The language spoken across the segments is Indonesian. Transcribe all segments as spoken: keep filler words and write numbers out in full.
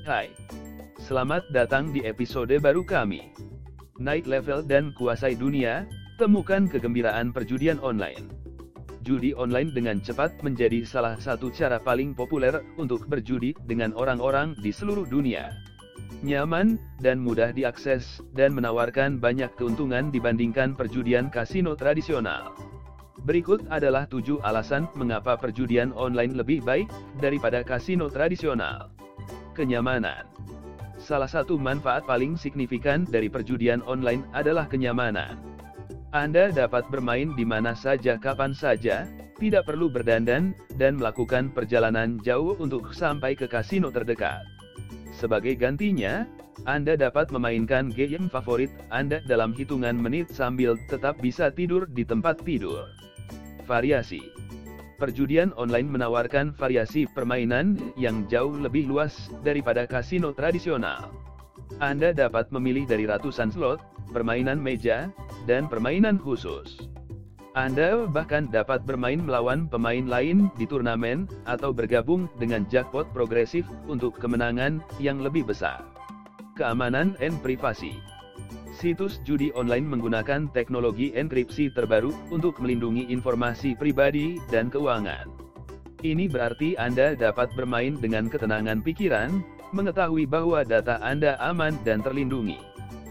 Hai, selamat datang di episode baru kami. Naik level dan kuasai dunia, temukan kegembiraan perjudian online. Judi online dengan cepat menjadi salah satu cara paling populer untuk berjudi dengan orang-orang di seluruh dunia. Nyaman dan mudah diakses, dan menawarkan banyak keuntungan dibandingkan perjudian kasino tradisional. Berikut adalah tujuh alasan mengapa perjudian online lebih baik daripada kasino tradisional. Kenyamanan. Salah satu manfaat paling signifikan dari perjudian online adalah kenyamanan. Anda dapat bermain di mana saja kapan saja, tidak perlu berdandan, dan melakukan perjalanan jauh untuk sampai ke kasino terdekat. Sebagai gantinya, Anda dapat memainkan game favorit Anda dalam hitungan menit sambil tetap bisa tidur di tempat tidur. Variasi. Perjudian online menawarkan variasi permainan yang jauh lebih luas daripada kasino tradisional. Anda dapat memilih dari ratusan slot, permainan meja, dan permainan khusus. Anda bahkan dapat bermain melawan pemain lain di turnamen, atau bergabung dengan jackpot progresif untuk kemenangan yang lebih besar. Keamanan dan privasi. Situs judi online menggunakan teknologi enkripsi terbaru untuk melindungi informasi pribadi dan keuangan. Ini berarti Anda dapat bermain dengan ketenangan pikiran, mengetahui bahwa data Anda aman dan terlindungi.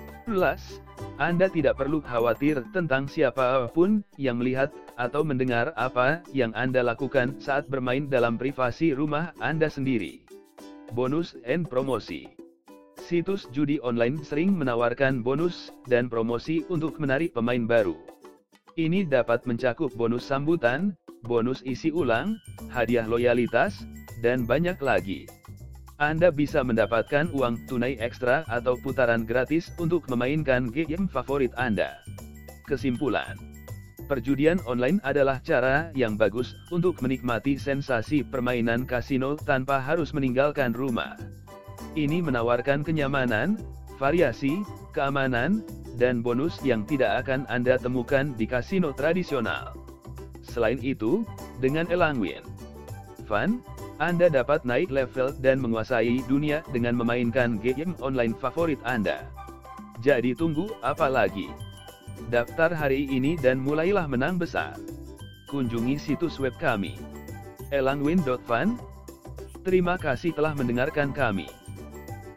Plus, Anda tidak perlu khawatir tentang siapapun yang melihat atau mendengar apa yang Anda lakukan saat bermain dalam privasi rumah Anda sendiri. Bonus dan promosi. Situs judi online sering menawarkan bonus dan promosi untuk menarik pemain baru. Ini dapat mencakup bonus sambutan, bonus isi ulang, hadiah loyalitas, dan banyak lagi. Anda bisa mendapatkan uang tunai ekstra atau putaran gratis untuk memainkan game favorit Anda. Kesimpulan. Perjudian online adalah cara yang bagus untuk menikmati sensasi permainan kasino tanpa harus meninggalkan rumah. Ini menawarkan kenyamanan, variasi, keamanan, dan bonus yang tidak akan Anda temukan di kasino tradisional. Selain itu, dengan Elangwin Fun, Anda dapat naik level dan menguasai dunia dengan memainkan game online favorit Anda. Jadi tunggu apa lagi? Daftar hari ini dan mulailah menang besar. Kunjungi situs web kami, elangwin dot fun. Terima kasih telah mendengarkan kami.